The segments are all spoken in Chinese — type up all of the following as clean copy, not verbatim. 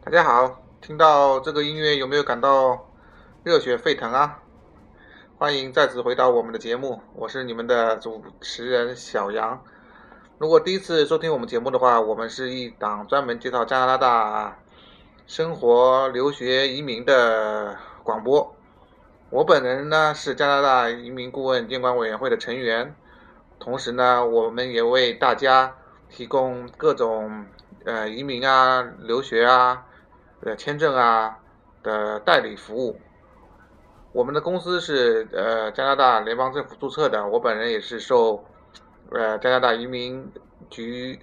大家好，听到这个音乐有没有感到热血沸腾啊？欢迎再次回到我们的节目，我是你们的主持人小杨。如果第一次收听我们节目的话，我们是一档专门介绍加拿大生活、留学、移民的广播。我本人呢是加拿大移民顾问监管委员会的成员，同时呢，我们也为大家提供各种移民啊、留学啊、签证啊的代理服务。我们的公司是加拿大联邦政府注册的，我本人也是受加拿大移民局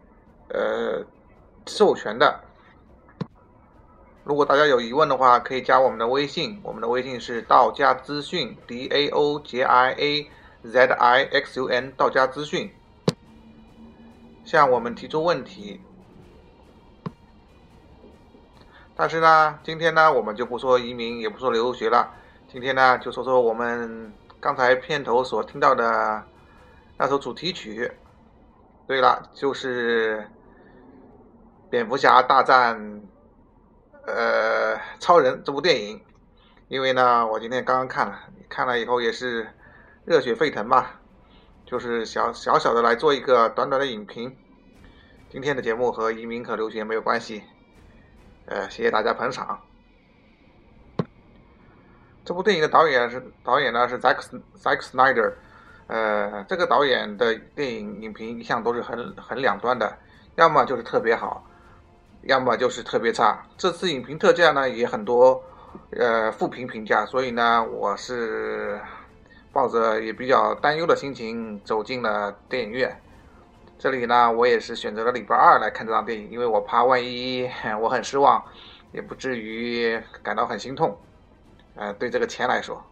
授权的。如果大家有疑问的话，可以加我们的微信，我们的微信是道家资讯 DAOJIAZIXUN 道家资讯，向我们提出问题。但是呢，今天呢，我们就不说移民，也不说留学了，今天呢，就说说我们刚才片头所听到的那首主题曲。对了，就是蝙蝠侠大战超人这部电影。因为呢，我今天刚刚看了以后也是热血沸腾吧，就是小小的来做一个短短的影评。今天的节目和移民和留学没有关系，谢谢大家捧场。这部电影的导演呢是 Zack Snyder，这个导演的电影影评一向都是很两端的，要么就是特别好，要么就是特别差。这次影评特价呢也很多负评评价，所以呢我是抱着也比较担忧的心情走进了电影院。这里呢我也是选择了礼拜二来看这场电影，因为我怕万一我很失望，也不至于感到很心痛。对这个钱来说，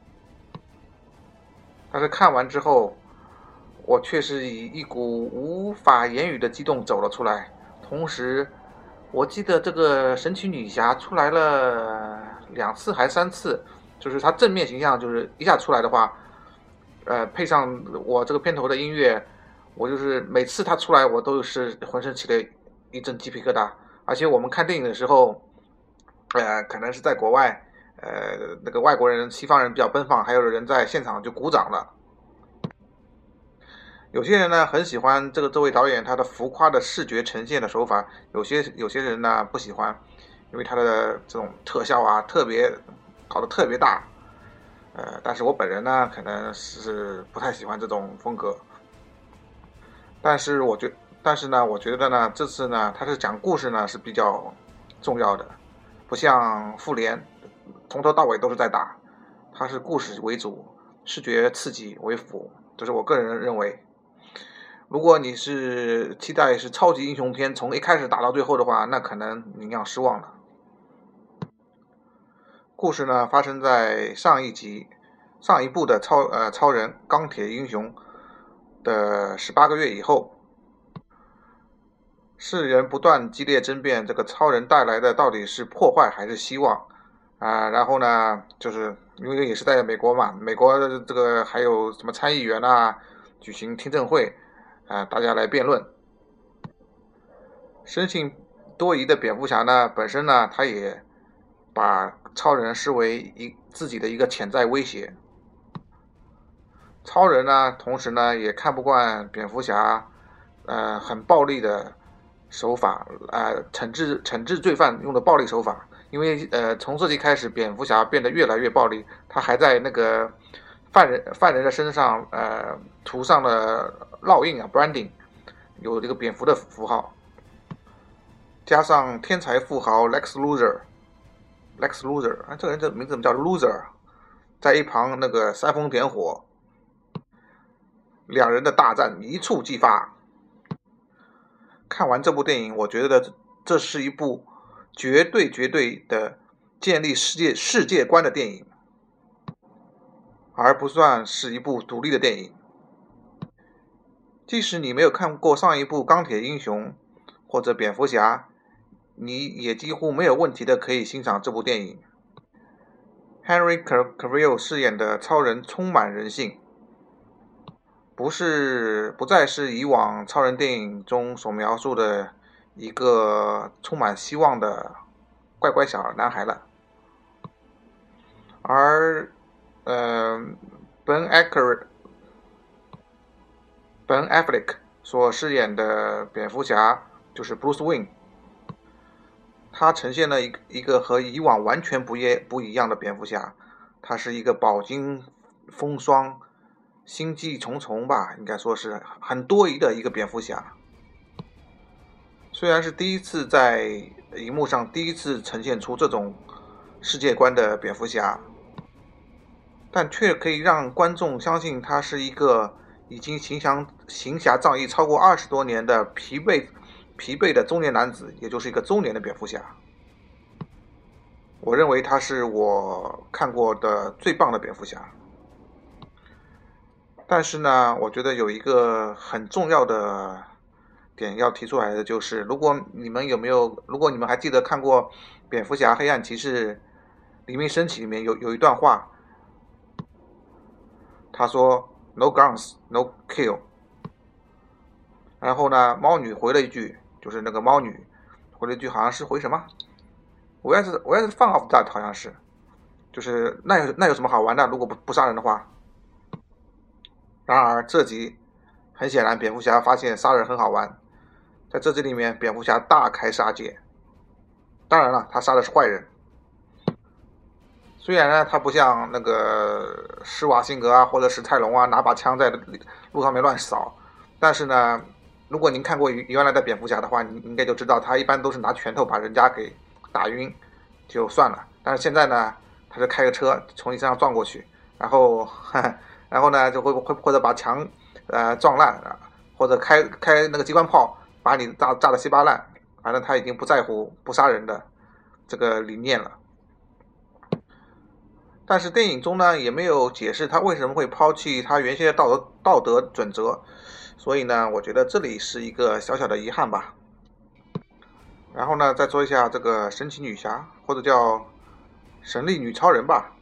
但是看完之后，我却是以一股无法言语的激动走了出来。同时，我记得这个神奇女侠出来了2次还3次，就是她正面形象就是一下出来的话，配上我这个片头的音乐，我就是每次她出来，我都是浑身起了一阵鸡皮疙瘩。而且我们看电影的时候，可能是在国外。那个外国人、西方人比较奔放，还有人在现场就鼓掌了。有些人呢很喜欢这位导演他的浮夸的视觉呈现的手法，有些人呢不喜欢，因为他的这种特效啊搞得特别大。但是我本人呢可能是不太喜欢这种风格。但是呢，我觉得呢这次呢他是讲故事呢是比较重要的，不像复联。从头到尾都是在打，它是故事为主，视觉刺激为辅，这是我个人认为。如果你是期待是超级英雄片，从一开始打到最后的话，那可能你要失望了。故事呢发生在上一部的超人钢铁英雄的18个月以后，世人不断激烈争辩，这个超人带来的到底是破坏还是希望。然后呢，就是因为也是在美国嘛，美国这个还有什么参议员啊，举行听证会，大家来辩论。生性多疑的蝙蝠侠呢，本身呢，他也把超人视为自己的一个潜在威胁。超人呢，同时呢，也看不惯蝙蝠侠，很暴力的手法，惩治罪犯用的暴力手法。因为从这集开始，蝙蝠侠变得越来越暴力，他还在那个犯人的身上涂上了烙印啊 branding， 有这个蝙蝠的符号，加上天才富豪 Lex Luthor， 这个人这名字怎么叫 Loser， 在一旁那个煽风点火，两人的大战一触即发。看完这部电影，我觉得这是一部绝对的建立世界观的电影，而不算是一部独立的电影。即使你没有看过上一部钢铁英雄或者蝙蝠侠，你也几乎没有问题的可以欣赏这部电影。Henry Cavill 饰演的超人充满人性，不再是以往超人电影中所描述的一个充满希望的乖乖小男孩了。而Ben Affleck 所饰演的蝙蝠侠就是 Bruce Wayne， 他呈现了一个和以往完全不一样的蝙蝠侠。他是一个饱经风霜、心计重重吧，应该说是很多疑的一个蝙蝠侠。虽然是第一次在荧幕上呈现出这种世界观的蝙蝠侠，但却可以让观众相信他是一个已经行侠仗义超过20多年的疲惫的中年男子，也就是一个中年的蝙蝠侠。我认为他是我看过的最棒的蝙蝠侠。但是呢，我觉得有一个很重要的点要提出来的，就是如果你们还记得看过蝙蝠侠黑暗骑士黎明升起里面有一段话，他说 No guns, no kill。 然后呢，猫女回了一句，就是那个猫女回了一句，好像是回什么 Where's fun of that， 好像是，就是那有什么好玩的，如果不杀人的话。然而这集很显然蝙蝠侠发现杀人很好玩，在这集里面蝙蝠侠大开杀戒。当然了，他杀的是坏人。虽然呢，他不像那个施瓦辛格啊，或者史泰龙啊，拿把枪在路上面乱扫，但是呢，如果您看过原来的蝙蝠侠的话，你应该就知道他一般都是拿拳头把人家给打晕就算了。但是现在呢，他是开个车从你身上撞过去，然后呢就会或者把墙撞烂，或者开那个机关炮把你炸得稀巴烂，反正他已经不在乎不杀人的这个理念了。但是电影中呢也没有解释他为什么会抛弃他原先的道德准则，所以呢我觉得这里是一个小小的遗憾吧。然后呢再说一下这个神奇女侠，或者叫神力女超人吧，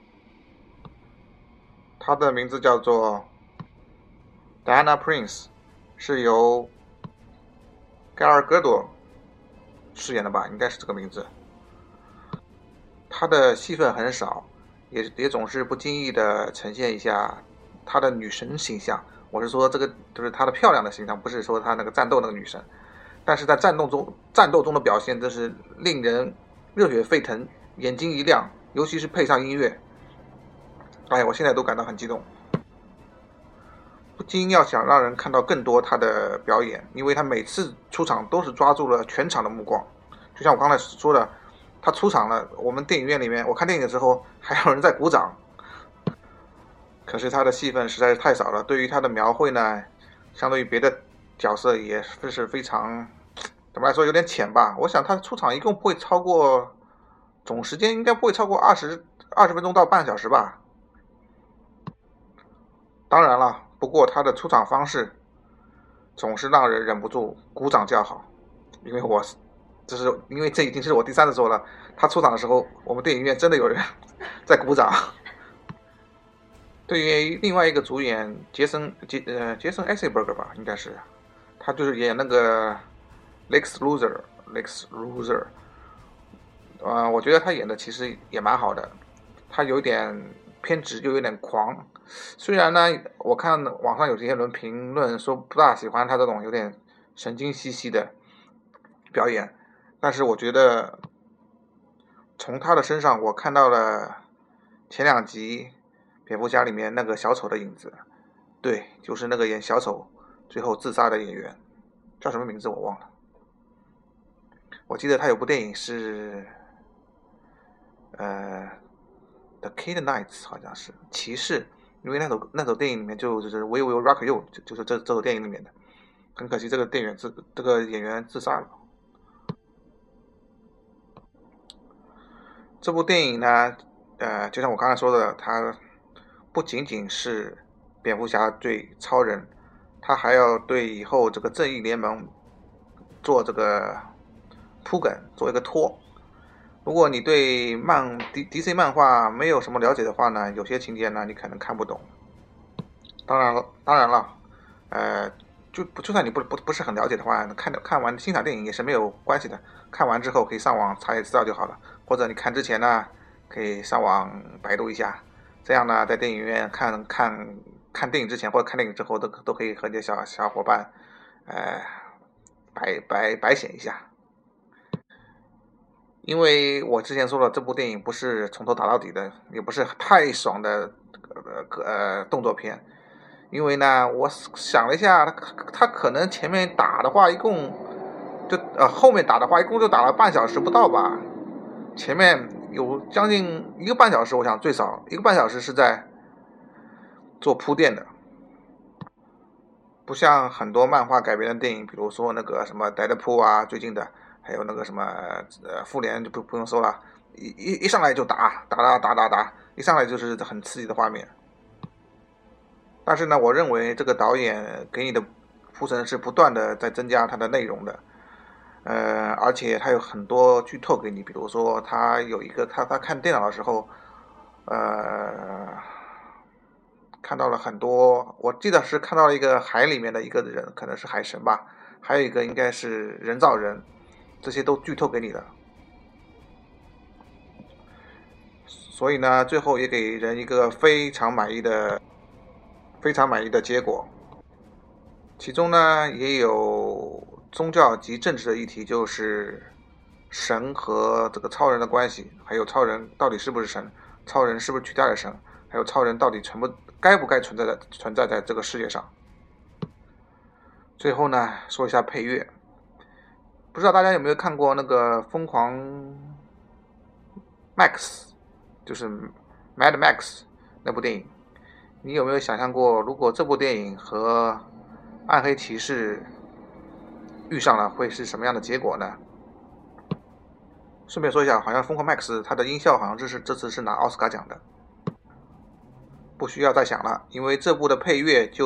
她的名字叫做 Diana Prince， 是由盖尔戈多饰演的吧，应该是这个名字。她的戏份很少，也总是不经意的呈现一下她的女神形象。我是说这个就是她的漂亮的形象，不是说她那个战斗那个女神。但是在战斗中的表现真是令人热血沸腾，眼睛一亮，尤其是配上音乐，哎，我现在都感到很激动。不禁要想让人看到更多她的表演，因为她每次出场都是抓住了全场的目光。就像我刚才说的，她出场了，我们电影院里面我看电影的时候还有人在鼓掌。可是她的戏份实在是太少了，对于她的描绘呢，相对于别的角色也是非常，怎么来说，有点浅吧。我想她出场一共不会超过，总时间应该不会超过20分钟到半小时吧。当然了，不过她的出场方式总是让人忍不住鼓掌叫好，因为这已经是我第3次说了，她出场的时候，我们电影院真的有人在鼓掌。对于另外一个主演杰森艾瑟伯格吧，应该是他就是演那个 Lex Luthor，我觉得他演的其实也蛮好的，他有点偏执又有点狂。虽然呢，我看网上有些人评论说不大喜欢他这种有点神经兮的表演，但是我觉得从他的身上我看到了前2集蝙蝠侠里面那个小丑的影子。对，就是那个演小丑最后自杀的演员，叫什么名字我忘了。我记得他有部电影是The Kid Knights， 好像是骑士，因为那首电影里面就是 We Will Rock You， 就是这首电影里面的。很可惜这个演员自杀了。这部电影呢就像我刚才说的，它不仅仅是蝙蝠侠对超人，他还要对以后这个正义联盟做这个铺梗，做一个托。如果你对DC 漫画没有什么了解的话呢，有些情节呢你可能看不懂。当然了， 就算你不是很了解的话，看完欣赏电影也是没有关系的。看完之后可以上网查一资料就好了，或者你看之前呢，可以上网百度一下，这样呢，在电影院看电影之前或者看电影之后都可以和你的小伙伴，白显一下。因为我之前说了，这部电影不是从头打到底的，也不是太爽的动作片。因为呢，我想了一下，他可能前面打的话，后面打的话，一共就打了半小时不到吧。前面有将近1个半小时，我想最少1个半小时是在做铺垫的，不像很多漫画改编的电影，比如说那个什么《德德扑》啊，最近的，还有那个什么复联就不用说了，一上来就打，一上来就是很刺激的画面。但是呢，我认为这个导演给你的铺陈是不断的在增加它的内容的，而且他有很多剧透给你，比如说他有一个他看电脑的时候，看到了很多，我记得是看到了一个海里面的一个人，可能是海神吧，还有一个应该是人造人，这些都剧透给你的，所以呢，最后也给人一个非常满意的结果。其中呢也有宗教及政治的议题，就是神和这个超人的关系，还有超人到底是不是神，超人是不是取代了神，还有超人到底该不该存在在这个世界上。最后呢，说一下配乐，不知道大家有没有看过那个疯狂 Max， 就是 Mad Max 那部电影，你有没有想象过，如果这部电影和暗黑骑士遇上了，会是什么样的结果呢？顺便说一下，好像疯狂 Max 它的音效好像这次是拿奥斯卡奖的，不需要再想了，因为这部的配乐就是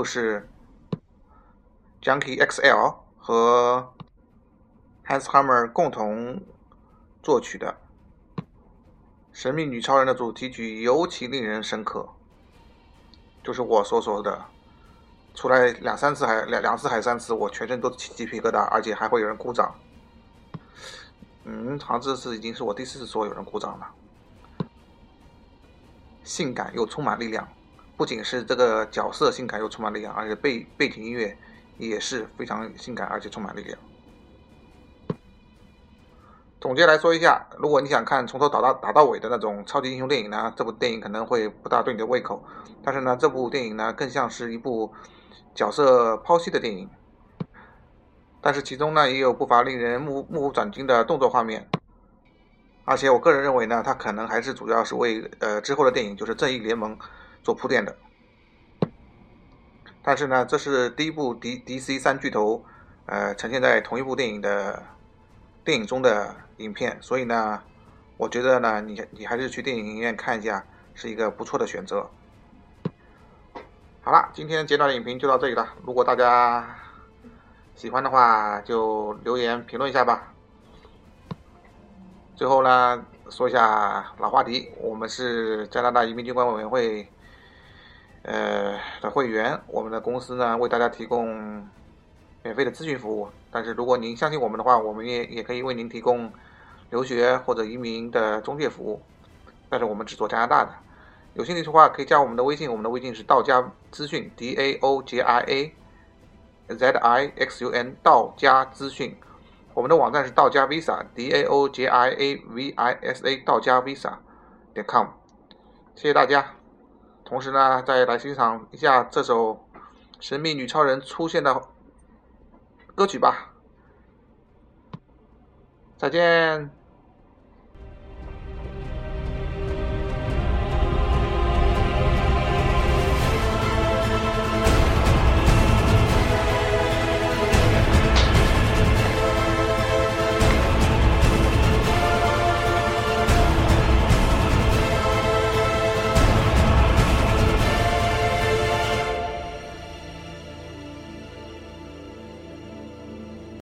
Junkie XL 和 Hans Zimmer 共同作曲的。神秘女超人的主题曲尤其令人深刻，就是我所说的，出来两次还3次，我全身都起鸡皮疙瘩，而且还会有人鼓掌。好像这次已经是我第4次说有人鼓掌了。性感又充满力量，不仅是这个角色性感又充满力量，而且背景音乐也是非常性感而且充满力量。总结来说一下，如果你想看从头打到尾的那种超级英雄电影呢，这部电影可能会不大对你的胃口。但是呢，这部电影呢更像是一部角色剖析的电影，但是其中呢也有不乏令人目不转睛的动作画面。而且我个人认为呢，它可能还是主要是为之后的电影就是正义联盟做铺垫的。但是呢，这是第一部DC 3巨头呈现在同一部电影中的影片，所以呢，我觉得呢，你还是去电影院看一下，是一个不错的选择。好了，今天简短的影评就到这里了。如果大家喜欢的话，就留言评论一下吧。最后呢，说一下老话题，我们是加拿大移民军管委员会的会员，我们的公司呢为大家提供免费的咨询服务。但是如果您相信我们的话，我们也可以为您提供留学或者移民的中介服务，但是我们只做加拿大的。有兴趣的话可以加我们的微信，我们的微信是道家资讯 DAOJIAZIXUN 道家资讯。我们的网站是道家 Visa DAOJIAVISA 道家 Visa.com。 谢谢大家。同时呢，再来欣赏一下这首神秘女超人出现的歌曲吧。再见。